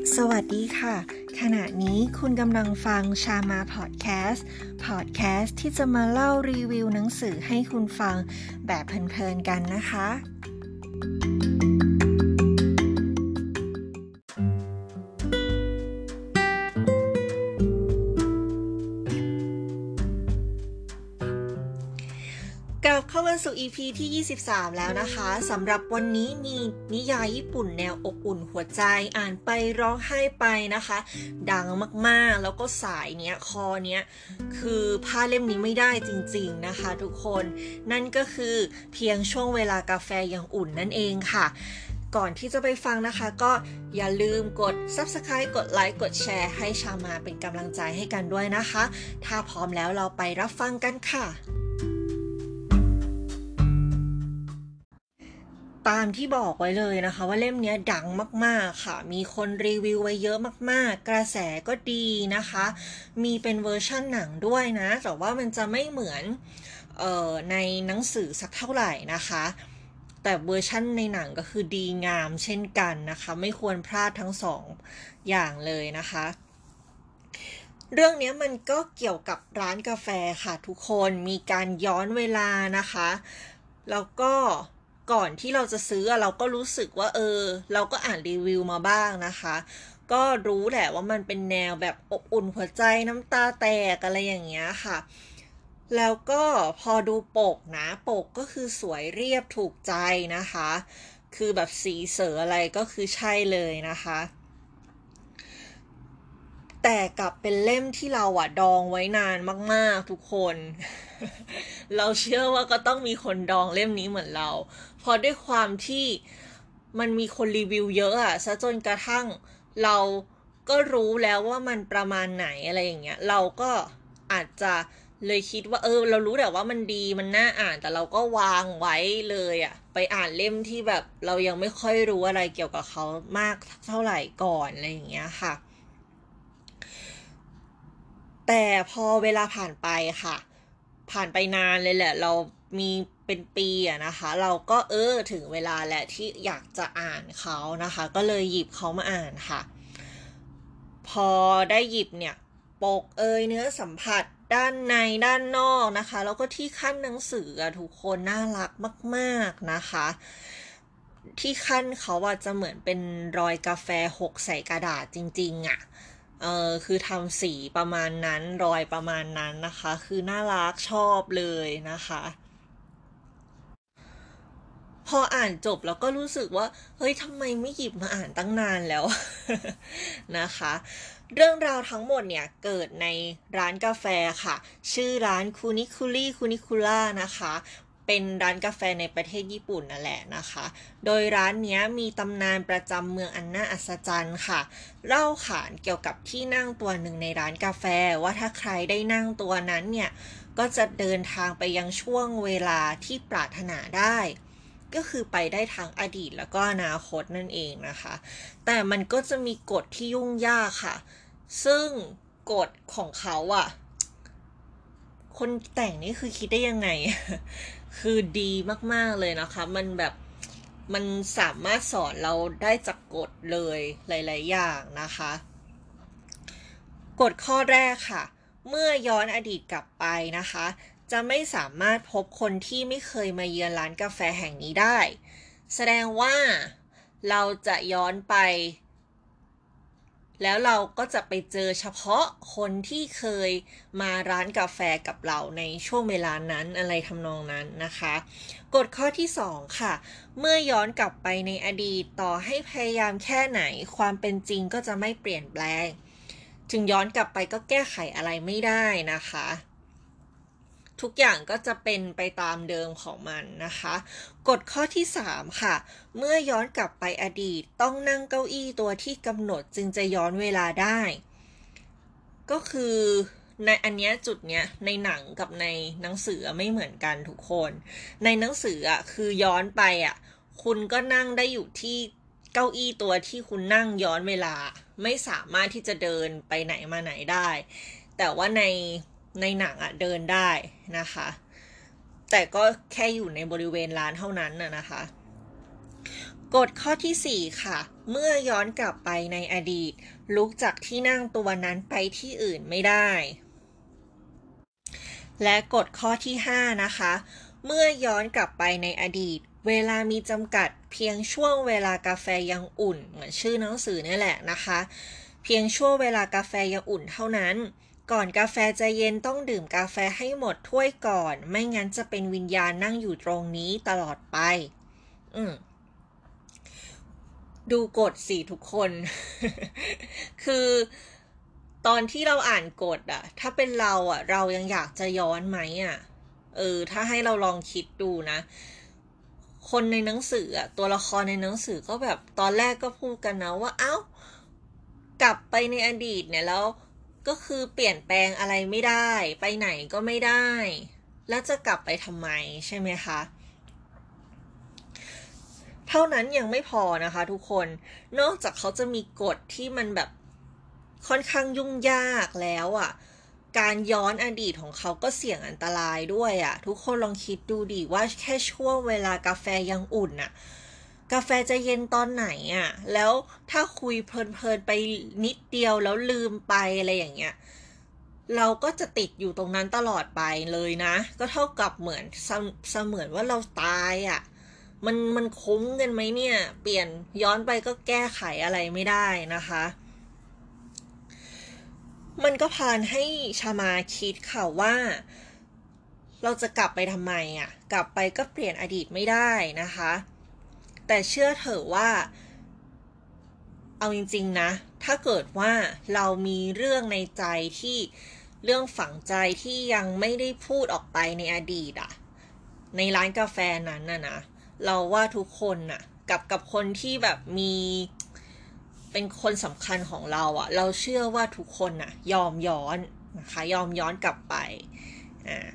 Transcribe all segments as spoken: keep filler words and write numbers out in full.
สวัสดีค่ะขณะนี้คุณกำลังฟังชามาพอดแคสต์พอดแคสต์ที่จะมาเล่ารีวิวหนังสือให้คุณฟังแบบเพลินๆกันนะคะกลับเข้ามาสู่ อี พี ที่ยี่สิบสามแล้วนะคะสำหรับวันนี้มีนิยายญี่ปุ่นแนวอบอุ่นหัวใจอ่านไปร้องไห้ไปนะคะดังมากๆแล้วก็สายเนี้ยคอเนี้ยคือผ้าเล่มนี้ไม่ได้จริงๆนะคะทุกคนนั่นก็คือเพียงช่วงเวลากาแฟยังอุ่นนั่นเองค่ะก่อนที่จะไปฟังนะคะก็อย่าลืมกด ซับสไครบ์ กดไลค์กดแชร์ให้ชามาเป็นกำลังใจให้กันด้วยนะคะถ้าพร้อมแล้วเราไปรับฟังกันค่ะตามที่บอกไว้เลยนะคะว่าเล่มนี้ดังมากๆค่ะมีคนรีวิวไว้เยอะมากๆกระแสก็ดีนะคะมีเป็นเวอร์ชั่นหนังด้วยนะแต่ว่ามันจะไม่เหมือนเอ่อในหนังสือสักเท่าไหร่นะคะแต่เวอร์ชั่นในหนังก็คือดีงามเช่นกันนะคะไม่ควรพลาดทั้งสองอย่างเลยนะคะเรื่องนี้มันก็เกี่ยวกับร้านกาแฟค่ะทุกคนมีการย้อนเวลานะคะแล้วก็ก่อนที่เราจะซื้อเราก็รู้สึกว่าเออเราก็อ่านรีวิวมาบ้างนะคะก็รู้แหละว่ามันเป็นแนวแบบอบอุ่นหัวใจน้ำตาแตกอะไรอย่างเงี้ยค่ะแล้วก็พอดูปกนะปกก็คือสวยเรียบถูกใจนะคะคือแบบสีเสืออะไรก็คือใช่เลยนะคะแต่กลับเป็นเล่มที่เราอะดองไว้นานมากๆทุกคน เราเชื่อว่าก็ต้องมีคนดองเล่มนี้เหมือนเราเพราะด้วยความที่มันมีคนรีวิวเยอะอะซะจนกระทั่งเราก็รู้แล้วว่ามันประมาณไหนอะไรอย่างเงี้ยเราก็อาจจะเลยคิดว่าเออเรารู้แต่ว่ามันดีมันน่าอ่านแต่เราก็วางไว้เลยอะไปอ่านเล่มที่แบบเรายังไม่ค่อยรู้อะไรเกี่ยวกับเขามากเท่าไหร่ก่อนอะไรอย่างเงี้ยค่ะแต่พอเวลาผ่านไปค่ะผ่านไปนานเลยแหละเรามีเป็นปีอะนะคะเราก็เออถึงเวลาแหละที่อยากจะอ่านเขานะคะก็เลยหยิบเขามาอ่านค่ะพอได้หยิบเนี่ยปกเอยเนื้อสัมผัสด้านในด้านนอกนะคะแล้วก็ที่ขั้นหนังสืออะทุกคนน่ารักมากๆนะคะที่ขั้นเขาอะจะเหมือนเป็นรอยกาแฟหกใส่กระดาษจริงๆอะเออคือทำสีประมาณนั้นรอยประมาณนั้นนะคะคือน่ารักชอบเลยนะคะพออ่านจบแล้วก็รู้สึกว่าเฮ้ยทำไมไม่หยิบมาอ่านตั้งนานแล้ว นะคะเรื่องราวทั้งหมดเนี่ยเกิดในร้านกาแฟค่ะชื่อร้านคูนิคุริคูนิคุล่านะคะเป็นร้านกาแฟในประเทศญี่ปุ่นนั่นแหละนะคะโดยร้านนี้มีตำนานประจำเมืองอันน่าอัศจรรย์ค่ะเล่าขานเกี่ยวกับที่นั่งตัวหนึ่งในร้านกาแฟว่าถ้าใครได้นั่งตัวนั้นเนี่ยก็จะเดินทางไปยังช่วงเวลาที่ปรารถนาได้ก็คือไปได้ทั้งอดีตแล้วก็อนาคตนั่นเองนะคะแต่มันก็จะมีกฎที่ยุ่งยากค่ะซึ่งกฎของเขาอ่ะคนแต่งนี่คือคิดได้ยังไง คือดีมากๆเลยนะคะมันแบบมันสามารถสอนเราได้จากกฎเลยหลายๆอย่างนะคะกฎข้อแรกค่ะเมื่อย้อนอดีตกลับไปนะคะจะไม่สามารถพบคนที่ไม่เคยมาเยือนร้านกาแฟแห่งนี้ได้แสดงว่าเราจะย้อนไปแล้วเราก็จะไปเจอเฉพาะคนที่เคยมาร้านกาแฟกับเราในช่วงเวลานั้นอะไรทำนองนั้นนะคะกฎข้อที่สองค่ะเมื่อย้อนกลับไปในอดีตต่อให้พยายามแค่ไหนความเป็นจริงก็จะไม่เปลี่ยนแปลงถึงย้อนกลับไปก็แก้ไขอะไรไม่ได้นะคะทุกอย่างก็จะเป็นไปตามเดิมของมันนะคะกฎข้อที่สามค่ะเมื่อย้อนกลับไปอดีตต้องนั่งเก้าอี้ตัวที่กำหนดจึงจะย้อนเวลาได้ก็คือในอันเนี้ยจุดเนี้ยในหนังกับในหนังสือไม่เหมือนกันทุกคนในหนังสืออ่ะคือย้อนไปอ่ะคุณก็นั่งได้อยู่ที่เก้าอี้ตัวที่คุณนั่งย้อนเวลาไม่สามารถที่จะเดินไปไหนมาไหนได้แต่ว่าในในหนังอะเดินได้นะคะแต่ก็แค่อยู่ในบริเวณร้านเท่านั้นน่ะนะคะกฎข้อที่สี่ค่ะเมื่อย้อนกลับไปในอดีตลุกจากที่นั่งตัวนั้นไปที่อื่นไม่ได้และกฎข้อที่ห้านะคะเมื่อย้อนกลับไปในอดีตเวลามีจำกัดเพียงช่วงเวลากาแฟยังอุ่นเหมือนชื่อหนังสือนี่แหละนะคะเพียงช่วงเวลากาแฟยังอุ่นเท่านั้นก่อนกาแฟจะเย็นต้องดื่มกาแฟให้หมดถ้วยก่อนไม่งั้นจะเป็นวิญญาณนั่งอยู่ตรงนี้ตลอดไปอืมดูกฎสิทุกคน คือตอนที่เราอ่านกฎอะถ้าเป็นเราอะเรายังอยากจะย้อนไหมอะเออถ้าให้เราลองคิดดูนะคนในหนังสืออะตัวละครในหนังสือก็แบบตอนแรกก็พูดกันนะว่าเอ้ากลับไปในอดีตเนี่ยแล้วก็คือเปลี่ยนแปลงอะไรไม่ได้ไปไหนก็ไม่ได้แล้วจะกลับไปทำไมใช่ไหมคะเท่านั้นยังไม่พอนะคะทุกคนนอกจากเขาจะมีกฎที่มันแบบค่อนข้างยุ่งยากแล้วอ่ะการย้อนอดีตของเขาก็เสี่ยงอันตรายด้วยอ่ะทุกคนลองคิดดูดิว่าแค่ช่วงเวลากาแฟยังอุ่นอ่ะกาแฟจะเย็นตอนไหนอ่ะแล้วถ้าคุยเพลินๆไปนิดเดียวแล้วลืมไปอะไรอย่างเงี้ยเราก็จะติดอยู่ตรงนั้นตลอดไปเลยนะก็เท่ากับเหมือนเสมือนว่าเราตายอ่ะมันมันคุ้มกันไหมเนี่ยเปลี่ยนย้อนไปก็แก้ไขอะไรไม่ได้นะคะมันก็พาให้ชามาคิดค่ะว่าเราจะกลับไปทำไมอ่ะกลับไปก็เปลี่ยนอดีตไม่ได้นะคะแต่เชื่อเถอะว่าเอาจริงๆนะถ้าเกิดว่าเรามีเรื่องในใจที่เรื่องฝังใจที่ยังไม่ได้พูดออกไปในอดีตอ่ะในร้านกาแฟนั้นน่ะนะเราว่าทุกคนน่ะกับกับคนที่แบบมีเป็นคนสำคัญของเราอ่ะเราเชื่อว่าทุกคนน่ะยอมย้อนนะคะยอมย้อนกลับไปอ่า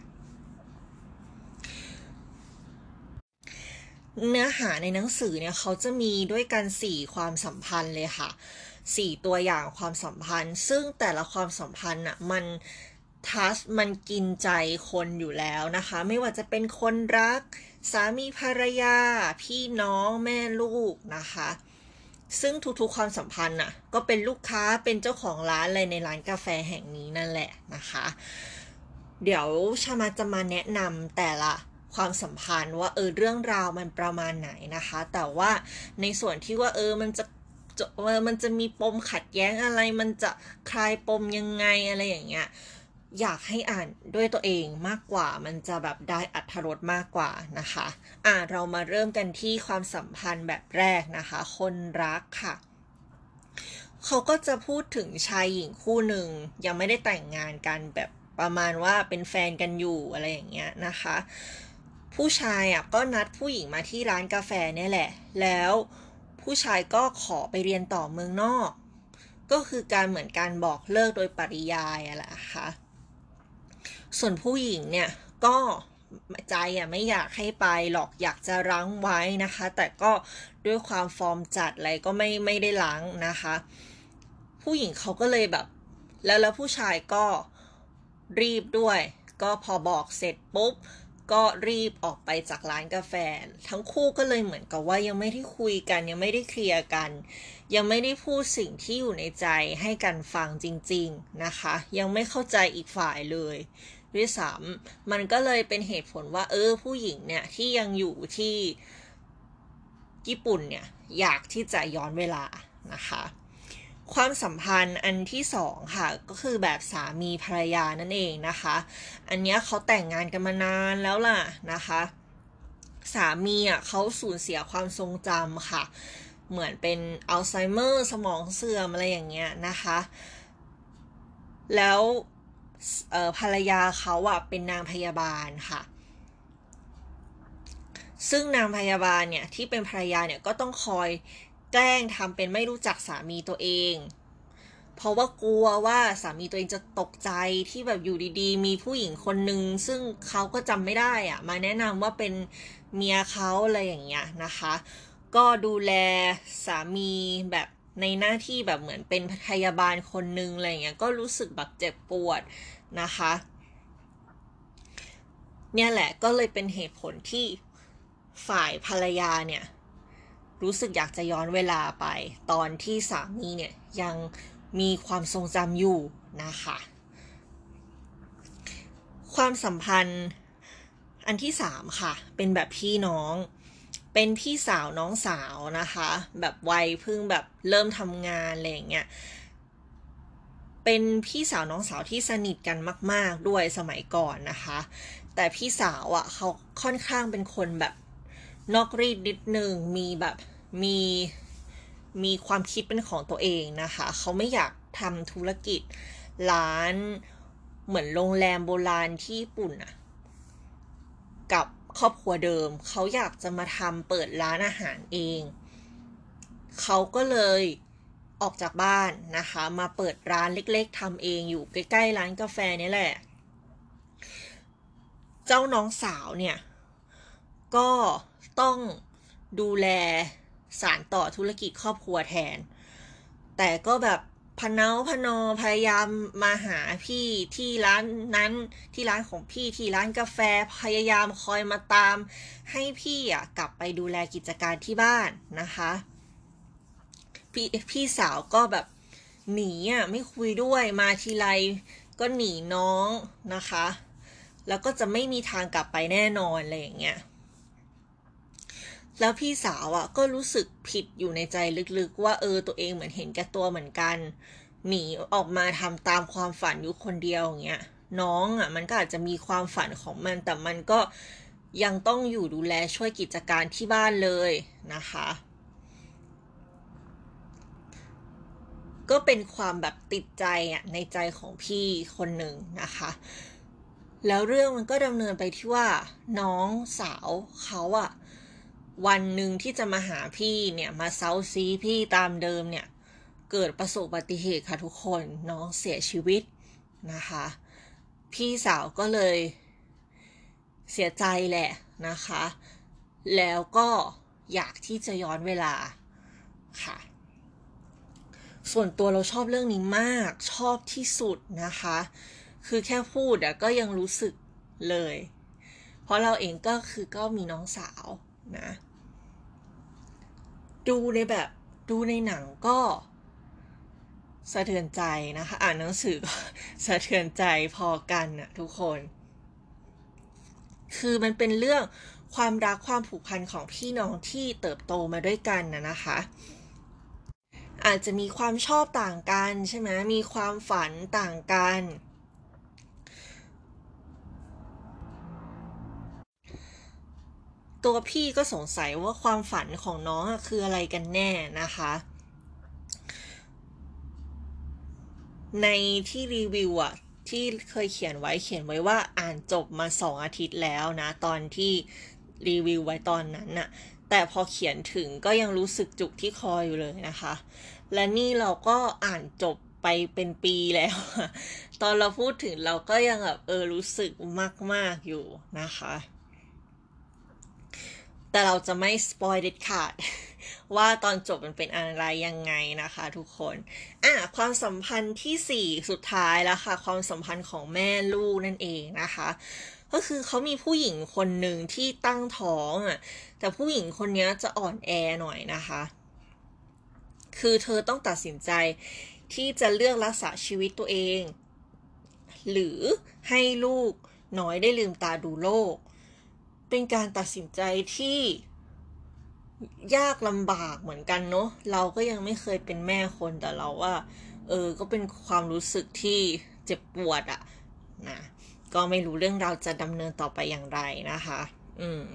เนื้อหาในหนังสือเนี่ยเขาจะมีด้วยกันสี่ความสัมพันธ์เลยค่ะสี่ตัวอย่างความสัมพันธ์ซึ่งแต่ละความสัมพันธ์น่ะมันทัชมันกินใจคนอยู่แล้วนะคะไม่ว่าจะเป็นคนรักสามีภรรยาพี่น้องแม่ลูกนะคะซึ่งทุกๆความสัมพันธ์น่ะก็เป็นลูกค้าเป็นเจ้าของร้านเลยในร้านกาแฟแห่งนี้นั่นแหละนะคะเดี๋ยวชามาจะมาแนะนำแต่ละความสัมพันธ์ว่าเออเรื่องราวมันประมาณไหนนะคะแต่ว่าในส่วนที่ว่าเออมันจะเออมันจะมีปมขัดแย้งอะไรมันจะคลายปมยังไงอะไรอย่างเงี้ยอยากให้อ่านด้วยตัวเองมากกว่ามันจะแบบได้อรรถรสมากกว่านะคะอ่ะเรามาเริ่มกันที่ความสัมพันธ์แบบแรกนะคะคนรักค่ะเขาก็จะพูดถึงชายหญิงคู่หนึ่งยังไม่ได้แต่งงานกันแบบประมาณว่าเป็นแฟนกันอยู่อะไรอย่างเงี้ยนะคะผู้ชายอ่ะก็นัดผู้หญิงมาที่ร้านกาแฟเนี่ยแหละแล้วผู้ชายก็ขอไปเรียนต่อเมืองนอกก็คือการเหมือนการบอกเลิกโดยปริยายอะแหละค่ะส่วนผู้หญิงเนี่ยก็ใจอ่ะไม่อยากให้ไปหรอกอยากจะรั้งไว้นะคะแต่ก็ด้วยความฟอร์มจัดอะไรก็ไม่ไม่ได้รั้งนะคะผู้หญิงเขาก็เลยแบบแล้วแล้วผู้ชายก็รีบด้วยก็พอบอกเสร็จปุ๊บก็รีบออกไปจากร้านกาแฟทั้งคู่ก็เลยเหมือนกับว่ายังไม่ได้คุยกันยังไม่ได้เคลียร์กันยังไม่ได้พูดสิ่งที่อยู่ในใจให้กันฟังจริงๆนะคะยังไม่เข้าใจอีกฝ่ายเลยด้วยซ้ำมันก็เลยเป็นเหตุผลว่าเออผู้หญิงเนี่ยที่ยังอยู่ที่ญี่ปุ่นเนี่ยอยากที่จะย้อนเวลานะคะความสัมพันธ์อันที่สองค่ะก็คือแบบสามีภรรยานั่นเองนะคะอันนี้เขาแต่งงานกันมานานแล้วล่ะนะคะสามีอ่ะเขาสูญเสียความทรงจำค่ะเหมือนเป็นอัลไซเมอร์สมองเสื่อมอะไรอย่างเงี้ยนะคะแล้วภรรยาเขาอ่ะเป็นนางพยาบาลค่ะซึ่งนางพยาบาลเนี่ยที่เป็นภรรยาเนี่ยก็ต้องคอยแกล้งทำเป็นไม่รู้จักสามีตัวเองเพราะว่ากลัวว่าสามีตัวเองจะตกใจที่แบบอยู่ดีๆมีผู้หญิงคนนึงซึ่งเขาก็จำไม่ได้อะมาแนะนำว่าเป็นเมียเขาอะไรอย่างเงี้ยนะคะก็ดูแลสามีแบบในหน้าที่แบบเหมือนเป็นพยาบาลคนนึงอะไรอย่างเงี้ยก็รู้สึกแบบเจ็บปวดนะคะเนี่ยแหละก็เลยเป็นเหตุผลที่ฝ่ายภรรยาเนี่ยรู้สึกอยากจะย้อนเวลาไปตอนที่สามีเนี่ยยังมีความทรงจำอยู่นะคะความสัมพันธ์อันที่สามค่ะเป็นแบบพี่น้องเป็นพี่สาวน้องสาวนะคะแบบวัยเพิ่งแบบเริ่มทำงานอะไรอย่างเงี้ยเป็นพี่สาวน้องสาวที่สนิทกันมากๆด้วยสมัยก่อนนะคะแต่พี่สาวอ่ะเขาค่อนข้างเป็นคนแบบนอกรีดนิดนึงมีแบบมีมีความคิดเป็นของตัวเองนะคะเขาไม่อยากทำธุรกิจร้านเหมือนโรงแรมโบราณที่ญี่ปุ่นอะกับครอบครัวเดิมเขาอยากจะมาทำเปิดร้านอาหารเองเขาก็เลยออกจากบ้านนะคะมาเปิดร้านเล็กๆทำเองอยู่ใกล้ๆร้านกาแฟนี่แหละเจ้าน้องสาวเนี่ยก็ต้องดูแลสานต่อธุรกิจครอบครัวแทนแต่ก็แบบพะเนาพะนอพยายามมาหาพี่ที่ร้านนั้นที่ร้านของพี่ที่ร้านกาแฟพยายามคอยมาตามให้พี่อ่ะกลับไปดูแลกิจการที่บ้านนะคะพี่พี่สาวก็แบบหนีอ่ะไม่คุยด้วยมาทีไรก็หนีน้องนะคะแล้วก็จะไม่มีทางกลับไปแน่นอนอะไรอย่างเงี้ยแล้วพี่สาวอ่ะก็รู้สึกผิดอยู่ในใจลึกๆว่าเออตัวเองเหมือนเห็นแก่ตัวเหมือนกันหนีออกมาทำตามความฝันอยู่คนเดียวอย่างเงี้ยน้องอ่ะมันก็อาจจะมีความฝันของมันแต่มันก็ยังต้องอยู่ดูแลช่วยกิจการที่บ้านเลยนะคะก็เป็นความแบบติดใจอ่ะในใจของพี่คนหนึ่งนะคะแล้วเรื่องมันก็ดำเนินไปที่ว่าน้องสาวเขาอ่ะวันหนึ่งที่จะมาหาพี่เนี่ยมาเซาซีพี่ตามเดิมเนี่ยเกิดประสบอุบัติเหตุค่ะทุกคนน้องเสียชีวิตนะคะพี่สาวก็เลยเสียใจแหละนะคะแล้วก็อยากที่จะย้อนเวลาค่ะส่วนตัวเราชอบเรื่องนี้มากชอบที่สุดนะคะคือแค่พูดอะก็ยังรู้สึกเลยเพราะเราเองก็คือก็มีน้องสาวนะดูในแบบดูในหนังก็สะเทือนใจนะคะอ่านหนังสือก็สะเทือนใจพอกันนะทุกคนคือมันเป็นเรื่องความรักความผูกพันของพี่น้องที่เติบโตมาด้วยกันนะนะคะอาจจะมีความชอบต่างกันใช่ไหมมีความฝันต่างกันตัวพี่ก็สงสัยว่าความฝันของน้องคืออะไรกันแน่นะคะในที่รีวิวอะที่เคยเขียนไว้เขียนไว้ว่าอ่านจบมาสองอาทิตย์แล้วนะตอนที่รีวิวไว้ตอนนั้นน่ะแต่พอเขียนถึงก็ยังรู้สึกจุกที่คออยู่เลยนะคะและนี่เราก็อ่านจบไปเป็นปีแล้วตอนเราพูดถึงเราก็ยังแบบเออรู้สึกมากๆอยู่นะคะแต่เราจะไม่สปอยเด็ดขาดว่าตอนจบมันเป็นอะไรยังไงนะคะทุกคนอ่ะความสัมพันธ์ที่สี่สุดท้ายแล้วค่ะความสัมพันธ์ของแม่ลูกนั่นเองนะคะก็คือเขามีผู้หญิงคนหนึ่งที่ตั้งท้องอ่ะแต่ผู้หญิงคนนี้จะอ่อนแอหน่อยนะคะคือเธอต้องตัดสินใจที่จะเลือกรักษาชีวิตตัวเองหรือให้ลูกน้อยได้ลืมตาดูโลกเป็นการตัดสินใจที่ยากลำบากเหมือนกันเนาะเราก็ยังไม่เคยเป็นแม่คนแต่เราว่าเออก็เป็นความรู้สึกที่เจ็บปวดอะนะก็ไม่รู้เรื่องเราจะดำเนินต่อไปอย่างไรนะคะอืม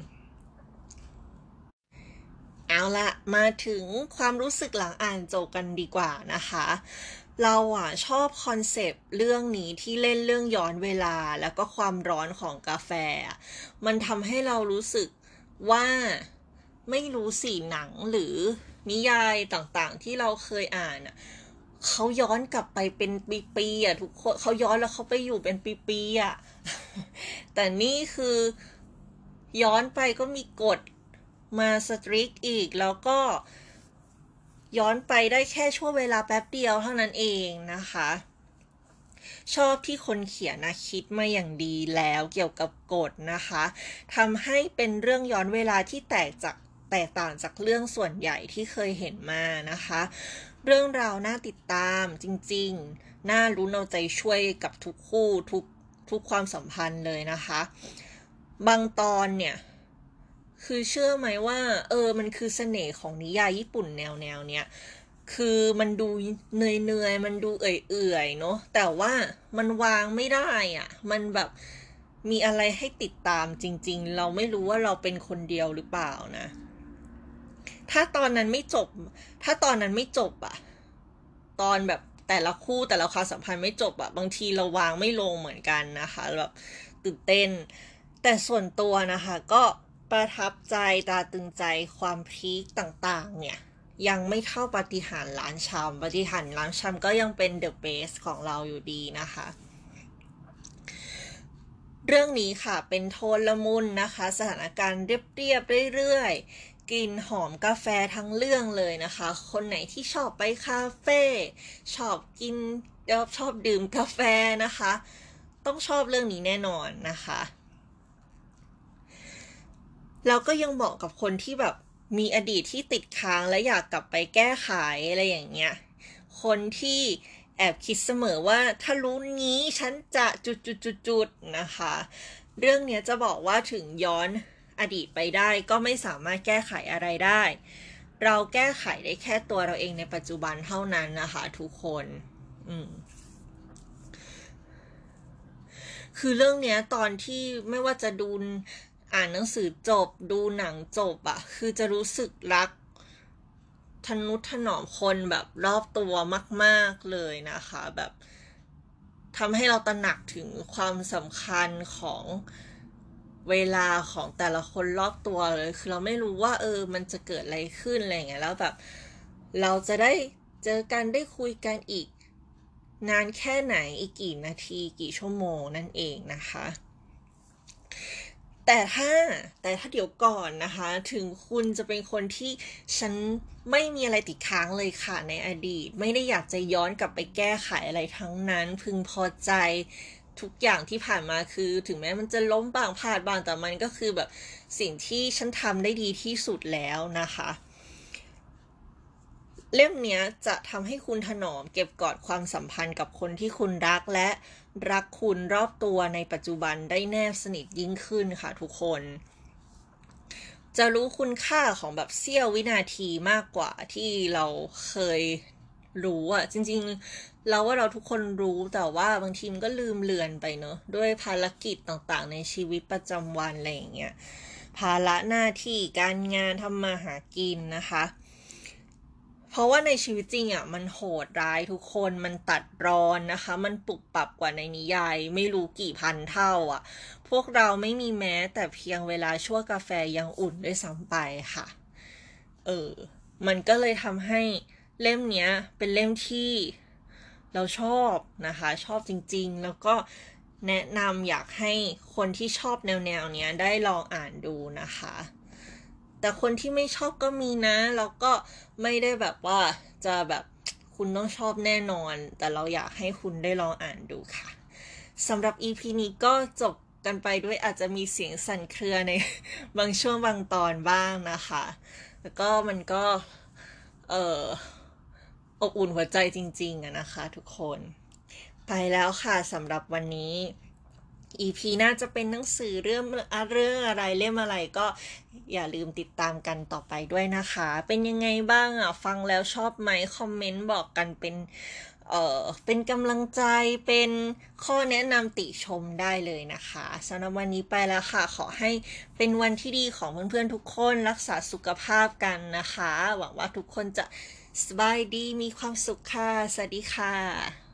เอาละมาถึงความรู้สึกหลังอ่านจบกันดีกว่านะคะเราอ่ะชอบคอนเซปต์เรื่องนี้ที่เล่นเรื่องย้อนเวลาแล้วก็ความร้อนของกาแฟมันทำให้เรารู้สึกว่า ไม่รู้สิหนังหรือนิยายต่างๆที่เราเคยอ่านอ่ะเขาย้อนกลับไปเป็นปีๆอ่ะทุกคนเขาย้อนแล้วเขาไปอยู่เป็นปีๆอ่ะแต่นี่คือย้อนไปก็มีกฎมาสตริกอีกแล้วก็ย้อนไปได้แค่ช่วงเวลาแป๊บเดียวเท่านั้นเองนะคะชอบที่คนเขียนนะคิดมาอย่างดีแล้วเกี่ยวกับกฎนะคะทำให้เป็นเรื่องย้อนเวลาที่แตกจากแตกต่างจากเรื่องส่วนใหญ่ที่เคยเห็นมานะคะเรื่องราวน่าติดตามจริงๆน่าลุ้นเอาใจช่วยกับทุกคู่ทุกทุกความสัมพันธ์เลยนะคะบางตอนเนี่ยคือเชื่อไหมว่าเออมันคือเสน่ห์ของนิยายญี่ปุ่นแนวแนวเนี้ยคือมันดูเนื่อยๆมันดูเอื่อยๆเนาะแต่ว่ามันวางไม่ได้อ่ะมันแบบมีอะไรให้ติดตามจริงๆเราไม่รู้ว่าเราเป็นคนเดียวหรือเปล่านะถ้าตอนนั้นไม่จบถ้าตอนนั้นไม่จบอ่ะตอนแบบแต่ละคู่แต่ละความสัมพันธ์ไม่จบอ่ะบางทีเราวางไม่ลงเหมือนกันนะคะแบบตื่นเต้นแต่ส่วนตัวนะคะก็ประทับใจตาตึงใจความพีคต่างๆเนี่ยยังไม่เท่าปาฏิหาริย์ล้านชามปาฏิหาริย์ล้านชามก็ยังเป็นเดอะเบสของเราอยู่ดีนะคะเรื่องนี้ค่ะเป็นโทนละมุนนะคะสถานการณ์เรียบๆเรื่อยๆกลิ่นหอมกาแฟทั้งเรื่องเลยนะคะคนไหนที่ชอบไปคาเฟ่ชอบกินชอบดื่มกาแฟนะคะต้องชอบเรื่องนี้แน่นอนนะคะแล้วก็ยังเหมาะกับคนที่แบบมีอดีตที่ติดค้างและอยากกลับไปแก้ไขอะไรอย่างเงี้ยคนที่แอบคิดเสมอว่าถ้ารู้งี้ฉันจะจุดๆๆๆนะคะเรื่องนี้จะบอกว่าถึงย้อนอดีตไปได้ก็ไม่สามารถแก้ไขอะไรได้เราแก้ไขได้แค่ตัวเราเองในปัจจุบันเท่านั้นนะคะทุกคนอืมคือเรื่องเนี้ยตอนที่ไม่ว่าจะดูอ่านหนังสือจบดูหนังจบอะคือจะรู้สึกรักทนุถนอมคนแบบรอบตัวมากๆเลยนะคะแบบทำให้เราตระหนักถึงความสำคัญของเวลาของแต่ละคนรอบตัวเลยคือเราไม่รู้ว่าเออมันจะเกิดอะไรขึ้นอะไรอย่างเงี้ยแล้วแบบเราจะได้เจอกันได้คุยกันอีกนานแค่ไหนอีกกี่นาทีกี่ชั่วโมงนั่นเองนะคะแต่ถ้าแต่ถ้าเดี๋ยวก่อนนะคะถึงคุณจะเป็นคนที่ฉันไม่มีอะไรติดค้างเลยค่ะในอดีตไม่ได้อยากจะย้อนกลับไปแก้ไขอะไรทั้งนั้นพึงพอใจทุกอย่างที่ผ่านมาคือถึงแม้มันจะล้มบ้างพลาดบ้างแต่มันก็คือแบบสิ่งที่ฉันทำได้ดีที่สุดแล้วนะคะเล่มนี้จะทำให้คุณถนอมเก็บกอดความสัมพันธ์กับคนที่คุณรักและรักคุณรอบตัวในปัจจุบันได้แนบสนิทยิ่งขึ้นค่ะทุกคนจะรู้คุณค่าของแบบเสี้ยววินาทีมากกว่าที่เราเคยรู้อะจริงๆเราว่าเราทุกคนรู้แต่ว่าบางทีมันก็ลืมเลือนไปเนอะด้วยภารกิจต่างๆในชีวิตประจำวันอะไรอย่างเงี้ยภาระหน้าที่การงานทำมาหากินนะคะเพราะว่าในชีวิตจริงอ่ะมันโหดร้ายทุกคนมันตัดรอนนะคะมันปรับปรับกว่าในนิยายไม่รู้กี่พันเท่าอ่ะพวกเราไม่มีแม้แต่เพียงเวลาชั่วกาแฟยังอุ่นด้วยซ้ำไปค่ะเออมันก็เลยทำให้เล่มเนี้ยเป็นเล่มที่เราชอบนะคะชอบจริงๆแล้วก็แนะนำอยากให้คนที่ชอบแนวๆเนี้ยได้ลองอ่านดูนะคะแต่คนที่ไม่ชอบก็มีนะแล้วก็ไม่ได้แบบว่าจะแบบคุณต้องชอบแน่นอนแต่เราอยากให้คุณได้ลองอ่านดูค่ะสำหรับ อี พี นี้ก็จบกันไปด้วยอาจจะมีเสียงสั่นเครือในบางช่วงบางตอนบ้างนะคะแล้วก็มันก็เอออบอุ่นหัวใจจริงๆอะนะคะทุกคนไปแล้วค่ะสำหรับวันนี้ อี พี น่าจะเป็นหนังสือเรื่องเรื่องอะไรเล่มอะไรก็อย่าลืมติดตามกันต่อไปด้วยนะคะเป็นยังไงบ้างอ่ะฟังแล้วชอบไหมคอมเมนต์บอกกันเป็นเอ่อเป็นกำลังใจเป็นข้อแนะนำติชมได้เลยนะคะสำหรับวันนี้ไปแล้วค่ะขอให้เป็นวันที่ดีของเพื่อนๆทุกคนรักษาสุขภาพกันนะคะหวังว่าทุกคนจะสบายดีมีความสุขค่ะสวัสดีค่ะ